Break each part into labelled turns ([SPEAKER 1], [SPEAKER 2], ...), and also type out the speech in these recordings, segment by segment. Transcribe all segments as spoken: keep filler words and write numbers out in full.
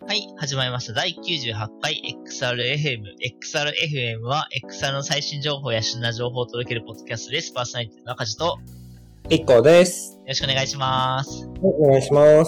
[SPEAKER 1] はい、始まりました。だいきゅうじゅうはちかい エックスアールエフエム。エックスアールエフエム は エックスアール の最新情報や旬な情報を届けるポッドキャストです。パーソナリティの赤字と、よ
[SPEAKER 2] いっこです。
[SPEAKER 1] ろしくお願いします。
[SPEAKER 2] お願いします。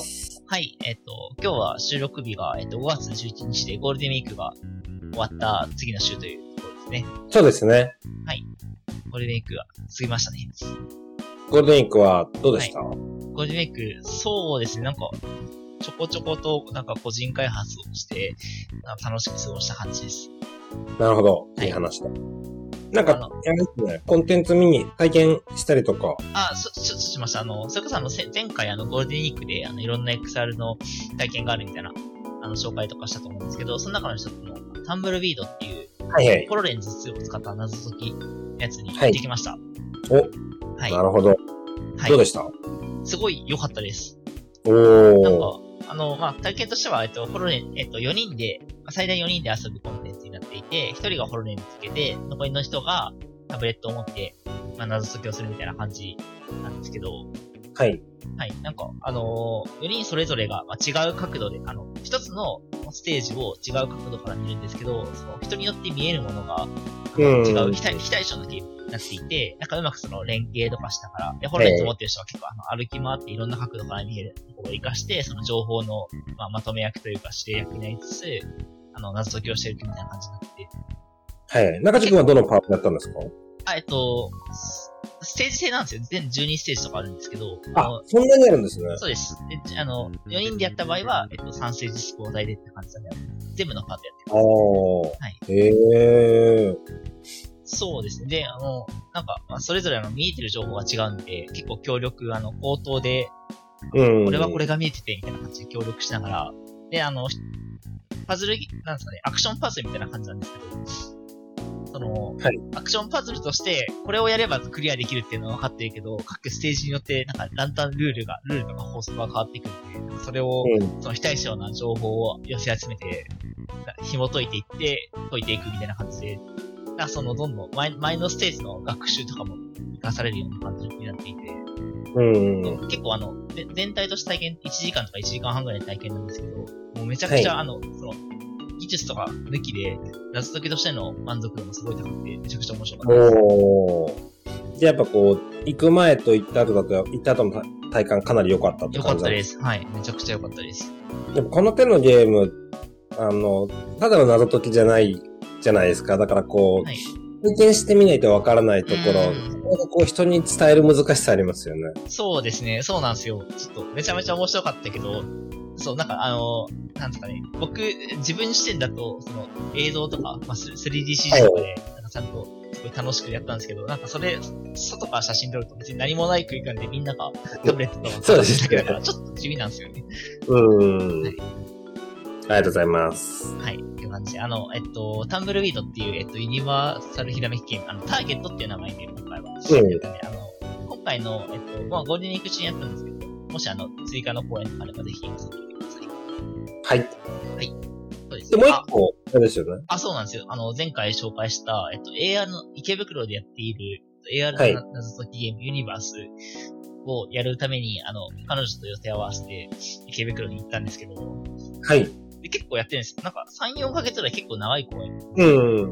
[SPEAKER 1] はい、えっと、今日は収録日が、えっと、ごがつじゅういちにちでゴールデンウィークが終わった次の週というところですね。
[SPEAKER 2] そうですね。
[SPEAKER 1] はい。ゴールデンウィークが過ぎましたね。
[SPEAKER 2] ゴールデンウィークはどうでした？はい、
[SPEAKER 1] ゴールデンウィーク、そうですね、なんか、ちょこちょことなんか個人開発をして、楽しく過ごした感じです。
[SPEAKER 2] なるほど。いい話だ。はい、なんか、やですね、コンテンツ見に体験したりとか。
[SPEAKER 1] あ、そ、ちょっとしました。あの、それこそあの、前回あの、ゴールデンウィークで、あの、いろんな エックスアール の体験があるみたいな、あの、紹介とかしたと思うんですけど、その中の一つの、タンブルビードっていう、はいはい、ホロレンズツーを使った謎解きやつに行ってきました。はい、
[SPEAKER 2] お、はい、なるほど。はい、どうでした？
[SPEAKER 1] すごい良かったです。
[SPEAKER 2] おー。
[SPEAKER 1] なんか、あの、まあ、体験としては、えっと、ホロレン、えっと、よにんで、最大よにんで遊ぶコンテンツになっていて、ひとりがホロレンつけて、残りの人がタブレットを持って、まあ、謎解きをするみたいな感じなんですけど、
[SPEAKER 2] はい。
[SPEAKER 1] はい。なんか、あのー、よにんそれぞれが、まあ、違う角度で、あの、一つのステージを違う角度から見るんですけど、その人によって見えるものが、違う非対、非対称のゲームになっていて、なんかうまくその連携とかしたから、で、ホロレンズ持ってる人は結構あの歩き回っていろんな角度から見えるところを活かして、その情報の、まあ、まとめ役というか指令役になりつつ、あの、謎解きをしているみたいな感じになってて。
[SPEAKER 2] はい。中地君はどのパートやったんですか？
[SPEAKER 1] あ、えっと、ステージ制なんですよ。全じゅうにステージとかあるんですけど。
[SPEAKER 2] あ、そんなにあるんですね。
[SPEAKER 1] そうです。で、あの、よにんでやった場合は、えっと、さんステージ交代でって感じなんで、全部のパートやってます。
[SPEAKER 2] ああ。
[SPEAKER 1] はい。
[SPEAKER 2] へえ。
[SPEAKER 1] そうですね。で、あの、なんか、まあ、それぞれあの見えてる情報が違うんで、結構協力、あの、口頭で、うん。これはこれが見えてて、みたいな感じで協力しながら、で、あの、パズル、なんですかね、アクションパズルみたいな感じなんですけど、その、はい、アクションパズルとして、これをやればクリアできるっていうのは分かってるけど、各ステージによって、なんか、だんだんルールが、ルールとか法則が変わっていくんで、それを、うん、その非対称な情報を寄せ集めて、紐解いていって、解いていくみたいな感じで、だその、どんどん前、前のステージの学習とかも活かされるような感じになっていて、うんうん、結構あの、全体として体験、いちじかんとかいちじかんはんぐらいの体験なんですけど、もうめちゃくちゃ、はい、あの、その、技術とか抜きで、謎解きとしての満足度もすごい高くて、めちゃくちゃ面白かったです。
[SPEAKER 2] おー。じゃあやっぱこう、行く前と行った後だと、行った後の体感かなり良かったって感じ
[SPEAKER 1] 良かったです。はい。めちゃくちゃ良かったです。
[SPEAKER 2] でもこの手のゲーム、あの、ただの謎解きじゃないじゃないですか。だからこう、はい、体験してみないとわからないところ、こう人に伝える難しさありますよね。
[SPEAKER 1] そうですね。そうなんですよ。ちょっとめちゃめちゃ面白かったけど、そう、なんかあの、なんですかね。僕、自分視点だと、その映像とか、まあ、スリーディーシージー とかで、なんかちゃんとすごい楽しくやったんですけど、なんかそれ、外から写真撮ると別に何もない空間でみんながタブレットとか
[SPEAKER 2] そうですね。
[SPEAKER 1] だからちょっと地味なんですよね。
[SPEAKER 2] うーん。はい。ありがとうございます。
[SPEAKER 1] はい。っていう感じで、あの、えっと、タンブルウィードっていう、えっと、ユニバーサルひらめきゲーム、あの、ターゲットっていう名前で今回は。うん。あの、今回の、えっと、まあ、ゴールデンウィーク中にやったんですけど、もしあの、追加の公演とかあればぜひ遊んでみてください。
[SPEAKER 2] はい。
[SPEAKER 1] はい。そうです。
[SPEAKER 2] で、もう一個、あれですよね。
[SPEAKER 1] あ、そうなんですよ。あの、前回紹介した、えっと、エーアール の、池袋でやっている、エーアール の謎解きゲーム、はい、ユニバースをやるために、あの、彼女と予定を合わせて、池袋に行ったんですけど、はい。で、結構やってるんですよ。なんか、さん、よんかげつぐらい結構長い公演。うん。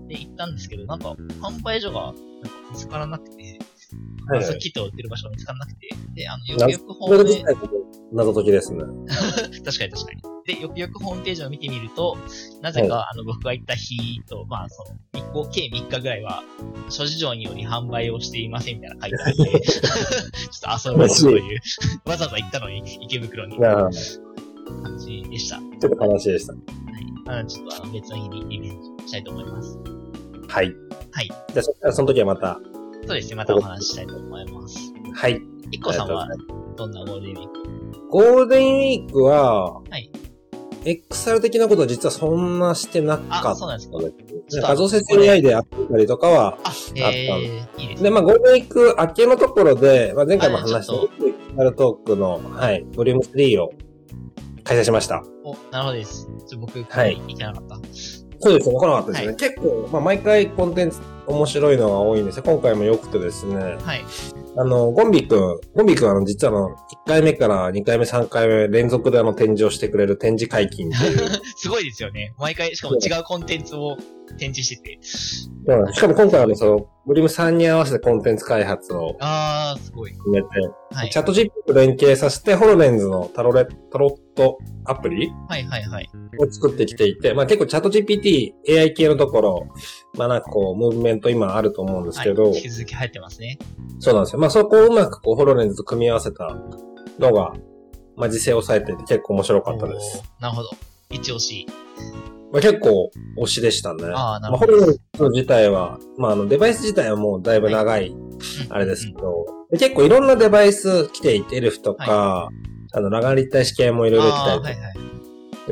[SPEAKER 1] で、行ったんですけど、なんか、販売所が、なんか見つからなくて、はいはい、キットを売ってる場所が見つからなくて、で、あの、よくよくホームページ。
[SPEAKER 2] 謎解きですね。
[SPEAKER 1] 確かに確かに。で、よくよくホームページを見てみると、なぜか、はい、あの、僕が行った日と、まあ、その、みっか、計みっかぐらいは、諸事情により販売をしていませんみたいな書いてあって、ちょっと遊ぶという、わざわざ行ったのに、池袋に。感じでした。
[SPEAKER 2] ちょっと悲しいでした。はい。
[SPEAKER 1] あのちょっとあの別の日にリベンジしたいと思います。
[SPEAKER 2] はい。
[SPEAKER 1] はい。
[SPEAKER 2] じゃあ、その時はまた。
[SPEAKER 1] そうですね、またお話ししたいと思います。
[SPEAKER 2] はい。
[SPEAKER 1] いっこさんは、どんなゴールデンウィーク？
[SPEAKER 2] ゴールデンウィークは、
[SPEAKER 1] はい。
[SPEAKER 2] エックスアール 的なことは実はそんなしてなかった。
[SPEAKER 1] あ、そうなんですか。
[SPEAKER 2] 画像生成 エーアイ であったりとかはあったんです。
[SPEAKER 1] えー、いいですね。
[SPEAKER 2] で、まあ、ゴールデンウィーク明けのところで、まあ、前回も話した、エックスアール トークの、はい、ボリュームスリーを開催しました。
[SPEAKER 1] お、なるほどです。ちょ僕、はい。行けなかった。
[SPEAKER 2] そうですね、来なかったですね。はい、結構、まあ、毎回コンテンツ面白いのが多いんですよ。今回も良くてですね。
[SPEAKER 1] はい。
[SPEAKER 2] あの、ゴンビ君、ゴンビ君はあの、実はあの、いっかいめからにかいめ、さんかいめ連続であの、展示をしてくれる展示解禁で。
[SPEAKER 1] すごいですよね。毎回、しかも違うコンテンツを展示してて。
[SPEAKER 2] うん、しかも今回はあの、その、ブリムさんに合わせてコンテンツ開発を。
[SPEAKER 1] あー、すごい。
[SPEAKER 2] 決めて、はい、チャット ジーピーティー と連携させて、ホロレンズのタロレ、タロットアプリ
[SPEAKER 1] はいはいはい。
[SPEAKER 2] を作ってきていて、まあ結構チャット ジーピーティー、エーアイ 系のところ、まあなんかこう、ムーブメント今あると思うんですけど。
[SPEAKER 1] はい、引き続き入ってますね。
[SPEAKER 2] そうなんですよ。まあそこをうまくこう、ホロレンズと組み合わせたのが、まあ時勢を抑えていて結構面白かったです。
[SPEAKER 1] なるほど。一押し。
[SPEAKER 2] まあ、結構推しでしたね。
[SPEAKER 1] ああ、なるほど。
[SPEAKER 2] まあ、ホロレンズ自体は、まああのデバイス自体はもうだいぶ長い、あれですけど、はい、結構いろんなデバイス来ていて、エルフとか、はい、あの、ラガン立体試験もいろいろ来たりとか、はいはい、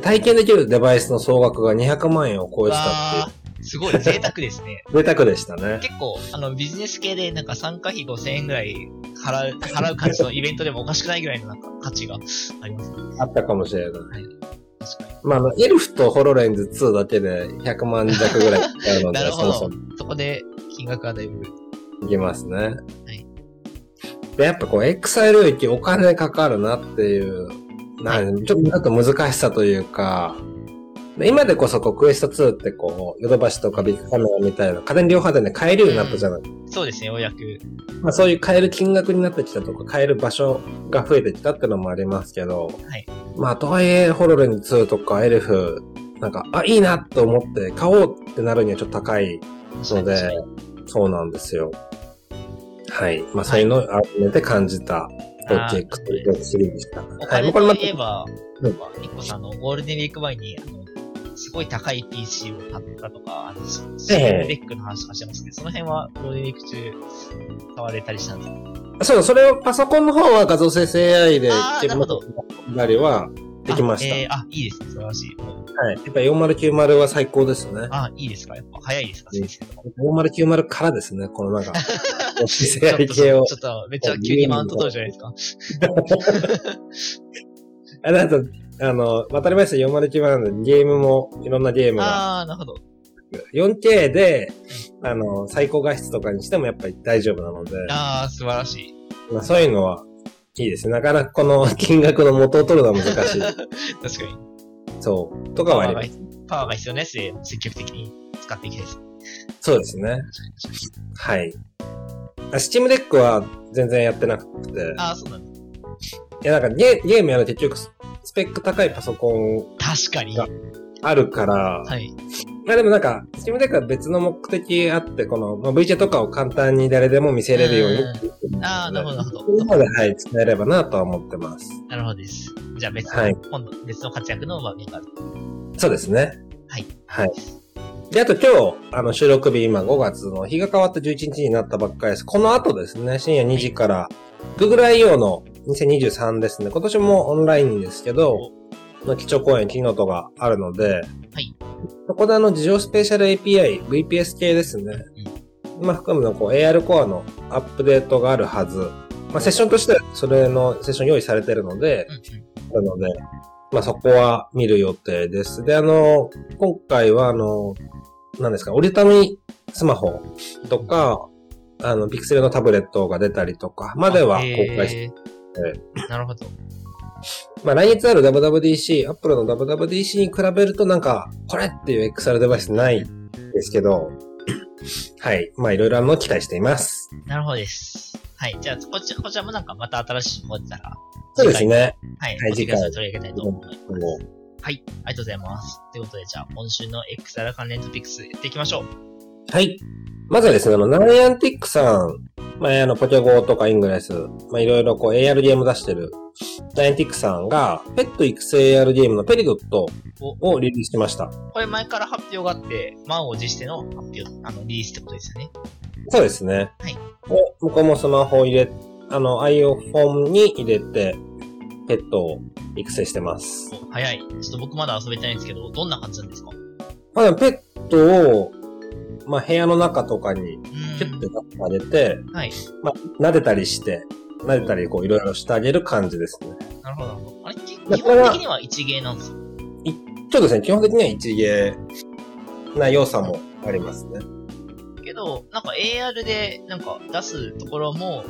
[SPEAKER 2] 体験できるデバイスの総額がにひゃくまんえんを超えてたっていう。
[SPEAKER 1] すごい贅沢ですね。
[SPEAKER 2] 贅沢でしたね。
[SPEAKER 1] 結構、あの、ビジネス系でなんか参加費ごせんえんぐらい払う、払う感じのイベントでもおかしくないぐらいのなんか価値がありますね。
[SPEAKER 2] あったかもしれない。はい、
[SPEAKER 1] 確かに。
[SPEAKER 2] まあ、あの、エルフとホロレンズツーだけでひゃくまん弱ぐらい使うので、
[SPEAKER 1] なるほど。そ, そこで金額がだいぶ。
[SPEAKER 2] いきますね。はい。で、やっぱこう、エックスアイ 領域お金かかるなっていう、なん、はい、ちょっと難しさというか、今でこそこうクエストツーってこう、ヨドバシとかビッグカメラみたいな家電量販店で買えるようになったじゃない、
[SPEAKER 1] うん、そうですね、ようやく。
[SPEAKER 2] まあそういう買える金額になってきたとか、買える場所が増えてきたってのもありますけど、はい。まあとはいえ、ホロレンズツーとかエルフ、なんか、あ、いいなと思って買おうってなるにはちょっと高いので、そうなんですよ。はい。まあそういうのを改めて感じた。オーケーエックススリー でした。
[SPEAKER 1] お金といえば、ニッコさんのゴールデンウィーク前に、あの、すごい高い ピーシー を買ったとか、あの、シームデックの話とかしてますけど、その辺はゴールデンウィーク中買われたりしたんですか？
[SPEAKER 2] そう、それをパソコンの方は画像生成 エーアイ で、
[SPEAKER 1] あー、なるほど。
[SPEAKER 2] なりはできました。
[SPEAKER 1] あ、えー、あ、いいですね。素晴らしい。
[SPEAKER 2] はい。やっぱよんまるきゅうまるは最高ですね。
[SPEAKER 1] あ、いいですか？やっぱ早いですか？先生とか。
[SPEAKER 2] よんまるきゅうまるからですね、このなんか、生成 エーアイ 系を。
[SPEAKER 1] ちょっと、めっちゃ急にマウント取るじゃないですか。
[SPEAKER 2] あ、なんと、あの、当たり前ですよ、よんまるきゅうまるなんで、ゲームも、いろんなゲームが。
[SPEAKER 1] ああ、なるほど。
[SPEAKER 2] よんケー で、あの、最高画質とかにしてもやっぱり大丈夫なので。
[SPEAKER 1] ああ、素晴らしい。
[SPEAKER 2] まあそういうのは、いいですね。なかなかこの金額の元を取るのは難しい。
[SPEAKER 1] 確かに。
[SPEAKER 2] そう。とかはあります。
[SPEAKER 1] パワーが必要なやつで積極的に使っていきたいです。
[SPEAKER 2] そうですね。はい。スチームデックは全然やってなくて。
[SPEAKER 1] ああ、そうなんだ。
[SPEAKER 2] いや、なんかゲゲームやると結局スペック高いパソコン
[SPEAKER 1] 確かに
[SPEAKER 2] があるから。はい。まあでもなんか、スチームデックは別の目的あって、この、まあ、ブイジェー とかを簡単に誰でも見せれるように。
[SPEAKER 1] ああ、なるほど、なるほど。
[SPEAKER 2] そこまで、はい、使えればなとは思ってます。
[SPEAKER 1] なるほどです。じゃあ別の、はい、今度別の活躍の場面がある。
[SPEAKER 2] そうですね。
[SPEAKER 1] はい。
[SPEAKER 2] はい。で、あと今日、あの、収録日今ごがつの日が変わったじゅういちにちになったばっかりです。この後ですね、深夜にじから、Google アイオー のにせんにじゅうさんですね。今年もオンラインですけど、の基調講演、キーノートがあるので、はい。そこであの、事情スペシャル エーピーアイ、ブイピーエス 系ですね。うん、まあ、含むのこう、エーアール コアのアップデートがあるはず。まあ、セッションとしてそれのセッション用意されてるので、うん、なので、まあ、そこは見る予定です。で、あの、今回はあの、何ですか、折りたたみスマホとか、あの、ピクセルのタブレットが出たりとか、までは公開して、
[SPEAKER 1] なるほど。
[SPEAKER 2] まあ来月ある ダブリューダブリューディーシー、Apple の ダブリューダブリューディーシー に比べるとなんか、これっていう エックスアール デバイスないですけど、はい。まあいろいろあるのを期待しています。
[SPEAKER 1] なるほどです。はい。じゃあ、こちら、こちらもなんかまた新しいもの出たら。
[SPEAKER 2] そうですね。
[SPEAKER 1] はい。はい、次回取り上げたいと思います。はい。ありがとうございます。ということで、じゃあ、今週の エックスアール 関連トピックスやっていきましょう。
[SPEAKER 2] はい。まずはですね、あの、ナイアンティックさん、まあ、あの、ポケゴーとかイングレス、まあ、いろいろこう エーアール ゲーム出してる、ナイアンティックさんが、ペット育成 エーアール ゲームのペリドットをリリースしました。
[SPEAKER 1] これ前から発表があって、満を持しての発表、あの、リリースってことですよね。
[SPEAKER 2] そうですね。はい。で、向こうもスマホを入れ、あの、iPhone に入れて、ペットを育成してます。
[SPEAKER 1] 早い。ちょっと僕まだ遊べてないんですけど、どんな感じなんですか？
[SPEAKER 2] まあ、ペットを、まあ、部屋の中とかに、キュッてあげて、はい。まあ、撫でたりして、撫でたり、こう、いろいろしてあげる感じですね。
[SPEAKER 1] なるほど。あれ、基本的には一芸なんですか？
[SPEAKER 2] そうですね。基本的には一芸な要素もありますね。
[SPEAKER 1] けど、なんか エーアール で、なんか出すところも、結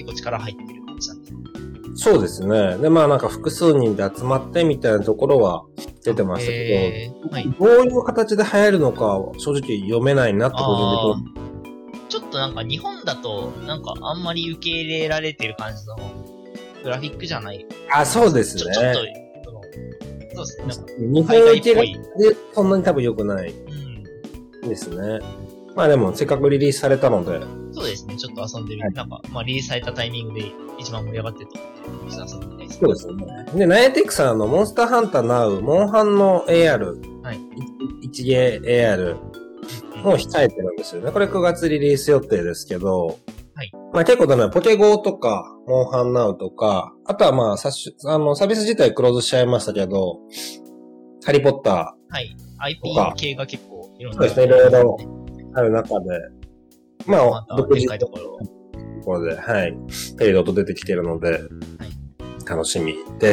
[SPEAKER 1] 構力入ってる感じなんですか？
[SPEAKER 2] そうですね。で、まあなんか複数人で集まってみたいなところは出てましたけど、はい、どういう形で流行るのか正直読めないなって個人的に。
[SPEAKER 1] ちょっとなんか日本だとなんかあんまり受け入れられてる感じのグラフィックじゃない。
[SPEAKER 2] あ、そうですね。
[SPEAKER 1] ちょ, ちょっと、そうですね。なんか
[SPEAKER 2] 日本受けがそんなに多分良くないですね。うん、まあでもせっかくリリースされたので。
[SPEAKER 1] そうですね。ちょっと遊んでみる、はい。なんか、まあリリースされたタイミングで一番盛り上がってると思って、遊んでみたいですね。
[SPEAKER 2] そうですね。で、ナイアティックさんのモンスターハンターナウ、モンハンの エーアール、はい、一芸 エーアール も控えてるんですよね。これくがつリリース予定ですけど、はい。まあ結構だね、ポケゴーとか、モンハンナウとか、あとはまあ、さあの、サービス自体クローズしちゃいましたけど、ハリーポッター。
[SPEAKER 1] はい。アイピー 系が結構いろんな、
[SPEAKER 2] ね。そうですね、いろいろある中で、まあ、
[SPEAKER 1] 独自のところ。
[SPEAKER 2] ところで、はい。ペリドと出てきてるので、はい。楽しみです。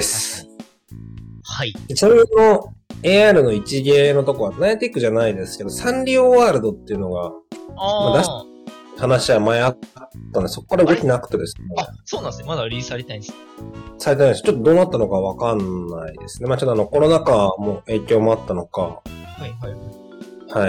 [SPEAKER 1] はい。
[SPEAKER 2] ちなみにこの エーアール の一芸のとこは、ナイアティックじゃないですけど、サンリオワールドっていうのが、
[SPEAKER 1] あ
[SPEAKER 2] まあ、出し話は前あったので、そこから動きなくてですね。
[SPEAKER 1] あ、そうなんですね。まだリリースされてないんです。
[SPEAKER 2] されてないです。ちょっとどうなったのかわかんないですね。まあちょっとあの、コロナ禍も影響もあったのか。
[SPEAKER 1] はいはい。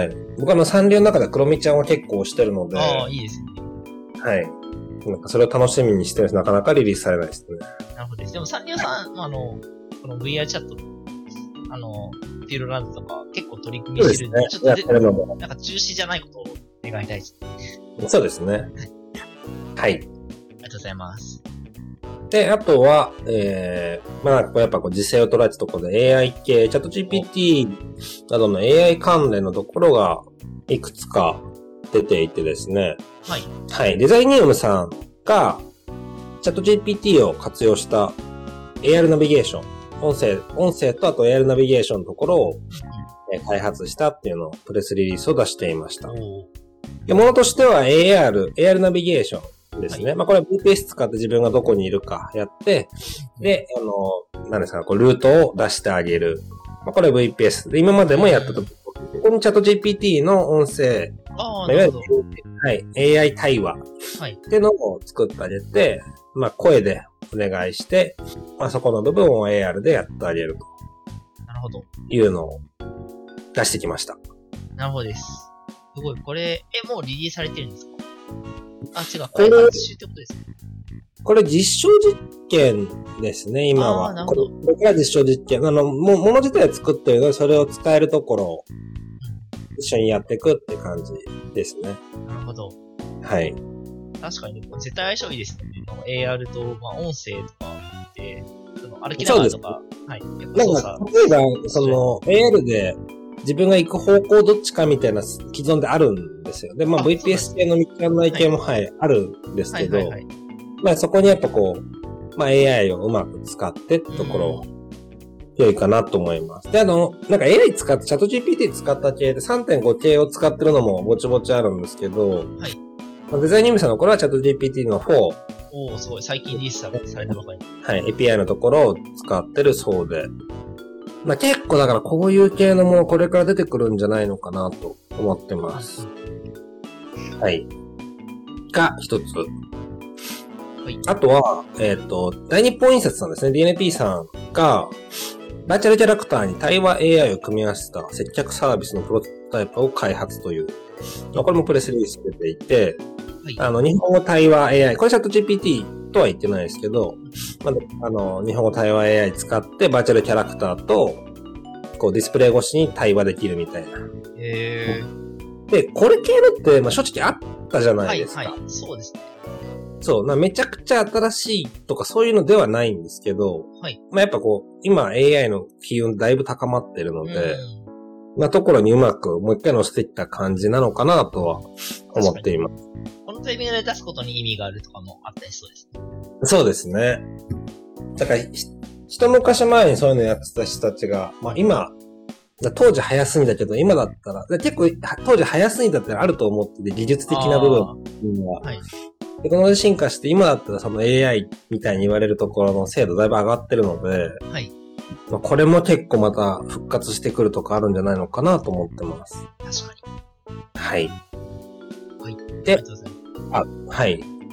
[SPEAKER 2] はい。僕あの、サンリオの中でクロミちゃんは結構してるので。
[SPEAKER 1] ああ、いいですね。
[SPEAKER 2] はい。なんかそれを楽しみにしてるんです。なかなかリリースされないですね。
[SPEAKER 1] なるほどです。でもサンリオさん、あの、この ブイアール チャット、あの、ピューロランドとか結構取り組みしてるんで、でね、ちょっとで、なんか中止じゃないことを願いたいです。
[SPEAKER 2] そうですね。はい。あり
[SPEAKER 1] がとうございます。
[SPEAKER 2] で、あとは、えー、まあなんかやっぱこう実際を捉えたところで エーアイ 系、チャット ジーピーティー などの エーアイ 関連のところがいくつか出ていてですね。
[SPEAKER 1] はい。
[SPEAKER 2] はい。デザイニウムさんが、チャット ジーピーティー を活用した エーアール ナビゲーション、音声、音声とあと エーアール ナビゲーションのところを、えー、開発したっていうのをプレスリリースを出していました。で、ものとしては エーアール、エーアール ナビゲーションですね。はい、まあこれは ブイピーエス 使って自分がどこにいるかやって、で、あの、何ですか、こうルートを出してあげる。まあこれは ブイピーエス で、今までもやったと。ここにチャット ジーピーティー の音声、
[SPEAKER 1] あ
[SPEAKER 2] まあ、いわゆる、はい、エーアイ 対話っていうのを作ってあげて、まあ声でお願いして、まあそこの部分を エーアール でやってあげると。
[SPEAKER 1] なるほど。
[SPEAKER 2] いうのを出してきました。
[SPEAKER 1] なるほどです。すごい。これ、え、もうリリースされてるんですか？あ、違う。これ、発集ってことですね。
[SPEAKER 2] これ実証実験ですね、今は。
[SPEAKER 1] あ、なるほど。
[SPEAKER 2] これが実証実験。あの、も、もの自体作ってるので、それを使えるところを一緒にやっていくって感じですね。
[SPEAKER 1] なるほど。
[SPEAKER 2] はい。
[SPEAKER 1] 確かに、絶対相性いいですね。エーアール と、まあ、音声とかって、その歩きながらとか、はい。
[SPEAKER 2] なんか、例えば、その、エーアール で、自分が行く方向どっちかみたいな既存であるんですよ。で、まあ ブイピーエス 系の道案内系も、はい、はい、あるんですけど、はいはいはい、まあそこにやっぱこう、まあ エーアイ をうまく使ってってところ、良いかなと思います。で、あの、なんか エーアイ 使って、チャット ジーピーティー 使った系で さんてんご 系を使ってるのもぼちぼちあるんですけど、はい。まあ、デザインニムさんのこれはチャット ジーピーティー のフォー。
[SPEAKER 1] おー、すごい。最近リリースされたばかり。
[SPEAKER 2] はい。エーピーアイ のところを使ってるそうで、まあ、結構だからこういう系のものこれから出てくるんじゃないのかなと思ってます。はい。が一つ。はい。あとは、えっ、ー、と、大日本印刷さんですね。ディーエヌピー さんが、バーチャルキャラクターに対話 エーアイ を組み合わせた接客サービスのプロトタイプを開発という。これもプレスリリース出ていて、はい、あの、日本語対話 エーアイ、これチャット ジーピーティー とは言ってないですけど、まあ、あの、日本語対話 エーアイ 使ってバーチャルキャラクターと、こうディスプレイ越しに対話できるみたいな。
[SPEAKER 1] へー。
[SPEAKER 2] で、これ系のって、まあ、正直あったじゃないですか。
[SPEAKER 1] はいはい、そうですね。
[SPEAKER 2] そう、なめちゃくちゃ新しいとかそういうのではないんですけど、
[SPEAKER 1] はい。
[SPEAKER 2] まあ、やっぱこう、今 エーアイ の機運だいぶ高まってるので、なところにうまくもう一回乗せていった感じなのかなとは思っています。
[SPEAKER 1] このタイミングで出すことに意味があるとかもあったりそうですね。
[SPEAKER 2] そうですね。だから、一昔前にそういうのやってた人たちが、まあ今、当時早すぎだけど、今だったら、結構当時早すぎだったらあると思ってて、技術的な部分は。はい。テクノロジー進化して、今だったらその エーアイ みたいに言われるところの精度だいぶ上がってるので、はい。まあ、これも結構また復活してくるとかあるんじゃないのかなと思ってます。
[SPEAKER 1] 確かに。
[SPEAKER 2] はい。
[SPEAKER 1] はい。
[SPEAKER 2] で、あ、はい。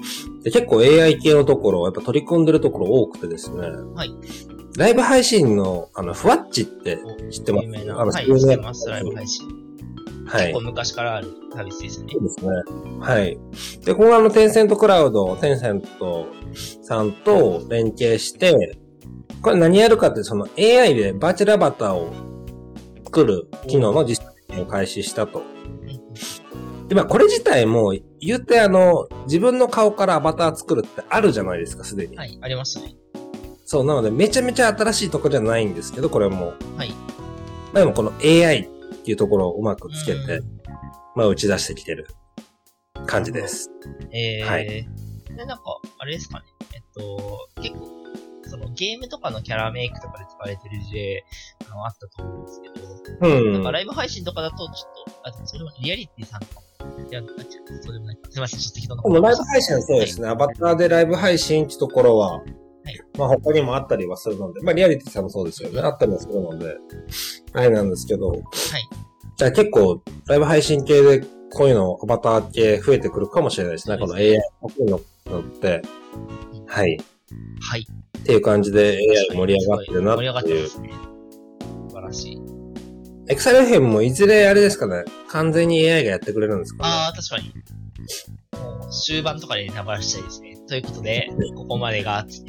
[SPEAKER 2] で、結構 エーアイ 系のところ、やっぱ取り込んでるところ多くてですね。
[SPEAKER 1] はい。
[SPEAKER 2] ライブ配信の、あの、ふわっちって知ってます？
[SPEAKER 1] 有名な。
[SPEAKER 2] あの、
[SPEAKER 1] はい、知ってます、ライブ配信。
[SPEAKER 2] はい。
[SPEAKER 1] 結構昔からあるサービスですね。
[SPEAKER 2] そうですね。はい。で、このあの、テンセントクラウド、テンセントさんと連携して、これ何やるかって、その エーアイ でバーチャルアバターを作る機能の実践を開始したと。で、まあ、これ自体も、言ってあの、自分の顔からアバター作るってあるじゃないですか、すでに。
[SPEAKER 1] はい、ありますね。
[SPEAKER 2] そう、なので、めちゃめちゃ新しいとこじゃないんですけど、これも。
[SPEAKER 1] はい。
[SPEAKER 2] まあ、でもこの エーアイ っていうところをうまくつけて、まあ、打ち出してきてる感じです。
[SPEAKER 1] えー、はい。で、なんか、あれですかね。えっと、結構、そのゲームとかのキャラメイクとかで使われてる例、あの、あったと思うんですけど、うん。なんかライブ配信とかだと、ちょっと、あ、でもそれもリアリティさんとかも、いや、そうでもない。すいません、ちょっと適当なこと。
[SPEAKER 2] ライブ配信はそうですね。はい、アバターでライブ配信ってところは、はい、まあ他にもあったりはするので、まあリアリティさんもそうですよね。あったりはするので、あれなんですけど、はい。じゃあ結構、ライブ配信系でこういうの、アバター系増えてくるかもしれないですね。この エーアイ ののって、はい。
[SPEAKER 1] はい。
[SPEAKER 2] っていう感じで エーアイ 盛り上がってるなっていう。盛り上がって
[SPEAKER 1] ますね。素晴らしい。
[SPEAKER 2] エクサル エフエム もいずれあれですかね、完全に エーアイ がやってくれるんですかね。
[SPEAKER 1] ああ、確かに。もう終盤とかでネタバラしたいですね。ということで、ここまでが、つって。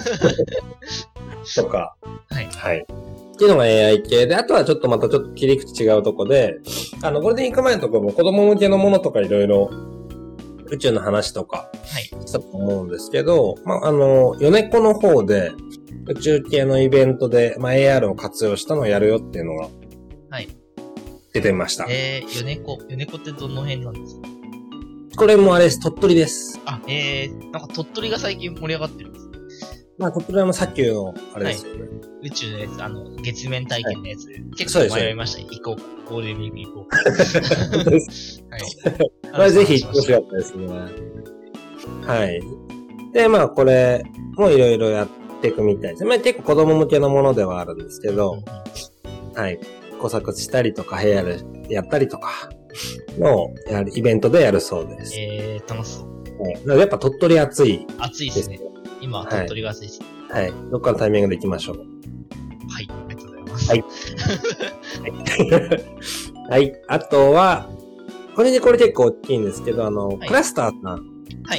[SPEAKER 2] とか。
[SPEAKER 1] はい。
[SPEAKER 2] はい。っていうのが エーアイ 系で、あとはちょっとまたちょっと切り口違うとこで、あの、ゴールデンウィーク前のところも子供向けのものとかいろいろ、宇宙の話とか、はい。したと思うんですけど、まあ、あの、ヨネコの方で、宇宙系のイベントで、まあ、エーアール を活用したのをやるよっていうのが、はい。出てました。
[SPEAKER 1] えー、ヨネコ、ヨネコってどの辺なんですか？
[SPEAKER 2] これもあれです、鳥取です。
[SPEAKER 1] あ、えー、なんか鳥取が最近盛り上がってるんです。
[SPEAKER 2] まあ、鳥取はもうさっきの、あれですよね、はい。
[SPEAKER 1] 宇宙のやつ、あの、月面体験のやつ、はい、結構迷いました。行こうか。ゴールデンウィーク行こうか。
[SPEAKER 2] 本当です。はい。これぜひ行ってほしかったですね。はい。で、まあ、これもいろいろやっていくみたいです。まあ、結構子供向けのものではあるんですけど、うん、はい。工作したりとか、ヘアルやったりとかの、やるイベントでやるそうです。
[SPEAKER 1] えー、楽しそう。
[SPEAKER 2] はい。やっぱ鳥取暑い。
[SPEAKER 1] 暑いですね。今は鳥取が暑いです、ね。
[SPEAKER 2] はい。はい。どっかのタイミングで行きましょう。
[SPEAKER 1] はい。ありがとうございます。
[SPEAKER 2] はい。はい。あとは、これでこれ結構大きいんですけど、あの、はい、クラスターさん。はい。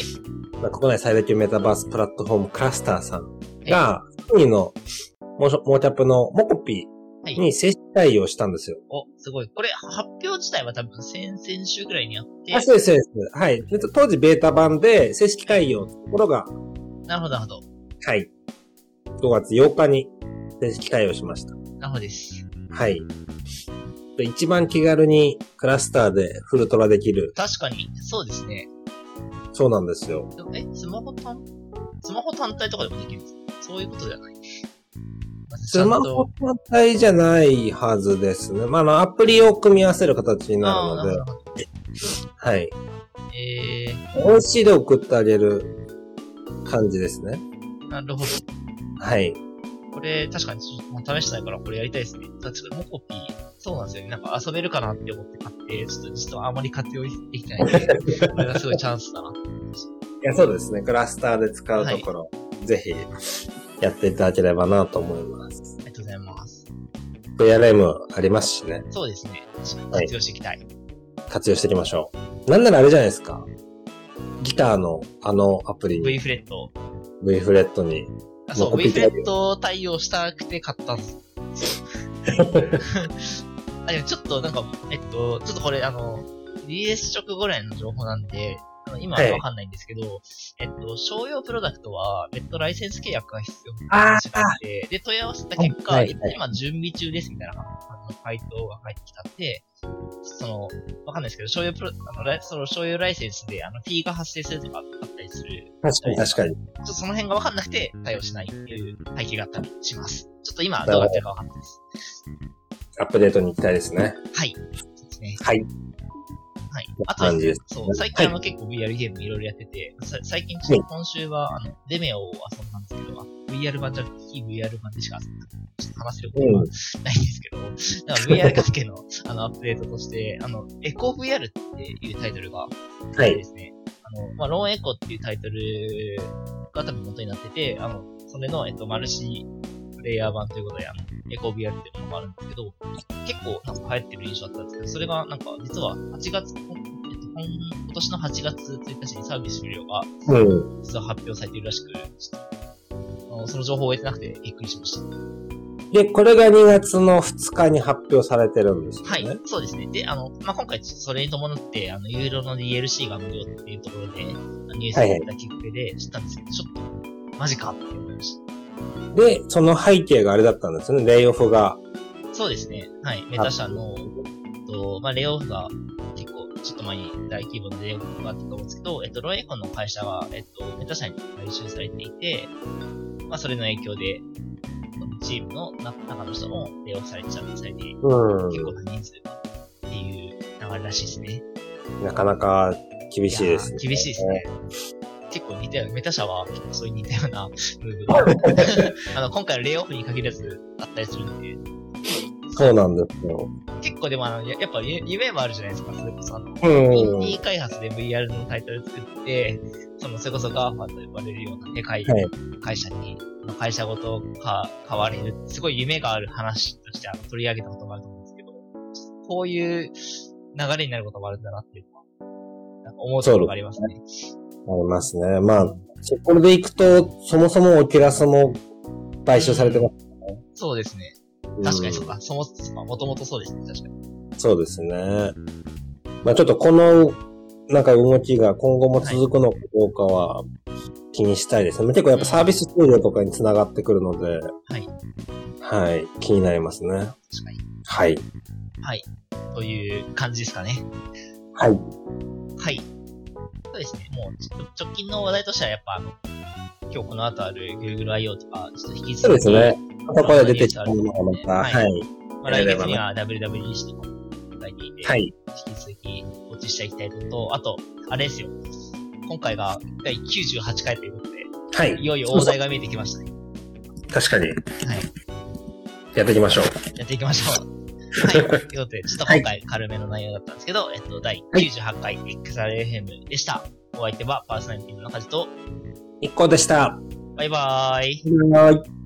[SPEAKER 2] 国内最大級メタバースプラットフォームクラスターさんが、ソニーのモーキャップのモコピーに正式対応したんですよ。
[SPEAKER 1] お、すごい。これ発表自体は多分先々週ぐらいにあって。
[SPEAKER 2] あ、そうです、そうです。はい。当時ベータ版で正式対応のところが。
[SPEAKER 1] なるほど、なるほど。
[SPEAKER 2] はい。ごがつようかに正式対応しました。
[SPEAKER 1] なるほどです。
[SPEAKER 2] はい。で、一番気軽にクラスターでフルトラできる。
[SPEAKER 1] 確かに、そうですね。
[SPEAKER 2] そうなんですよ。
[SPEAKER 1] え、スマホ単、スマホ単体とかでもできるんですか？そういうことじゃない。
[SPEAKER 2] スマホ単体じゃないはずですね。まあ、あの、アプリを組み合わせる形になるので。はい。えー。オーシー で送ってあげる感じですね。
[SPEAKER 1] なるほど。
[SPEAKER 2] はい。
[SPEAKER 1] これ、確かにもう試してないからこれやりたいですね。確かに、モコピー、そうなんですよね。なんか遊べるかなって思って買って、ちょっと実はあまり活用できてないんで、これがすごいチャンスだなって思いました。
[SPEAKER 2] いや、そうですね。クラスターで使うところ、はい、ぜひやっていただければなと思います。
[SPEAKER 1] ありがとうございます。
[SPEAKER 2] ブイアールエム ありますしね。
[SPEAKER 1] そうですね。活用していきたい。はい、
[SPEAKER 2] 活用していきましょう。なんならあれじゃないですか。ギターのあのアプリに。
[SPEAKER 1] V フレット。
[SPEAKER 2] V フレットに。
[SPEAKER 1] そう、V フレット対応したくて買ったんです。あ、でもちょっとなんか、えっと、ちょっとこれあの、リリース直後ぐらいの情報なんで、あの今はわかんないんですけど、はい、えっと、商用プロダクトは別途ライセンス契約が必要な話があって、で、問い合わせた結果、はいはい、今準備中ですみたいなあの回答が返ってきたんで、その、わかんないですけど、商用プロ、あの、その商用ライセンスで、あの、フィーが発生するとかあったりする。
[SPEAKER 2] 確かに確かに。ち
[SPEAKER 1] ょっとその辺がわかんなくて対応しないっていう背景があったりします。ちょっと今どうなってるかわかんないです。
[SPEAKER 2] アップデートに行きたいですね。
[SPEAKER 1] はい。そうですね。
[SPEAKER 2] はい。
[SPEAKER 1] はい。あとですね、そう、最近あの、はい、結構 ブイアール ゲームいろいろやってて、最近ちょっと今週は、あの、デメオを遊んだんですけど、ブイアール 版じゃなくて、非 ブイアール 版でしか遊んだ。ちょっと話せることはないんですけど、うん、だから ブイアール 関係の、あの、アップデートとして、あの、エコ ブイアール っていうタイトルが、はいですね、あの、まあ、ローンエコっていうタイトルが多分元になってて、あの、それの、えっと、マルチプレイヤー版ということで、あの、エコ ビーアール っていうものがあるんですけど、結構なんか流行ってる印象だったんですけど、それがなんか実ははちがつ、えっと、今年のはちがつついたちにサービス終了が、実は発表されているらしく、あのその情報を得てなくてびっくりしました。
[SPEAKER 2] で、これがにがつのふつかに発表されてるんですよね。
[SPEAKER 1] はい、そうですね。で、あの、まあ、今回それに伴って、あの、ユーロの ディーエルシー が無料っていうところで、ニュースを見たきっかけで知ったんですけど、はいはい、ちょっと、マジかって思いました。
[SPEAKER 2] で、その背景があれだったんですね、レイオフが。
[SPEAKER 1] そうですね。はい。メタ社の、と、まあ、レイオフが結構、ちょっと前に大規模でレイオフがあったと思うんですけど、えっと、ローエコンの会社が、えっと、メタ社に買収されていて、まあ、それの影響で、チームの中の人もレイオフされちゃって、されて、結構な人数がっていう流れらしいですね。
[SPEAKER 2] なかなか厳しいですね。
[SPEAKER 1] 厳しいですね。結構似たような、メタ社は結構そういう似たようなムーブが、あの、今回のレイオフに限らずあったりするんで。
[SPEAKER 2] そうなんですよ。
[SPEAKER 1] 結構でもあの、やっぱ夢もあるじゃないですか、それこそあの、インディー開発で ブイアール のタイトル作って、その、それこそ ガーファ と呼ばれるようなでかい会社に、はい、会社ごとか変われる、すごい夢がある話としてあの取り上げたこともあると思うんですけど、こういう流れになることもあるんだなっていうのは、なんか思うところがありますね。
[SPEAKER 2] ありますね。まあ、そこで行くと、そもそもオキュラスも買収されてますね、
[SPEAKER 1] うん。そうですね。確かにそうか。そもそも、もともとそうですね。確かに。
[SPEAKER 2] そうですね。まあちょっとこの、なんか動きが今後も続くのかどうかは気にしたいですね。はい、結構やっぱサービス終了とかに繋がってくるので、はい。はい。気になりますね。確か
[SPEAKER 1] に。
[SPEAKER 2] はい。
[SPEAKER 1] はい。という感じですかね。
[SPEAKER 2] はい。
[SPEAKER 1] はい。そうですね。もう、直近の話題としてはやっぱあの、今日この後ある Google アイオー とか、ちょっと引き続き。
[SPEAKER 2] そうですね。そこで出てきたものがまた、はい。
[SPEAKER 1] まあ、来月には ダブリューダブリューディー シー とか書いていて、
[SPEAKER 2] はい。
[SPEAKER 1] 引き続きウォッチしていきたいのと、あと、あれですよ。今回がだいきゅうじゅうはちかいということで、はい。いよいよ大台が見えてきましたね。
[SPEAKER 2] 確かに。はい。やっていきましょう。
[SPEAKER 1] やっていきましょう。はい。ということで、ちょっと今回軽めの内容だったんですけど、はい、えっと、だいきゅうじゅうはちかい エックスアールエフエム でした。お相手はパーソナリティの中地と、
[SPEAKER 2] 一行でした。
[SPEAKER 1] バイバーイ。
[SPEAKER 2] バイバイ。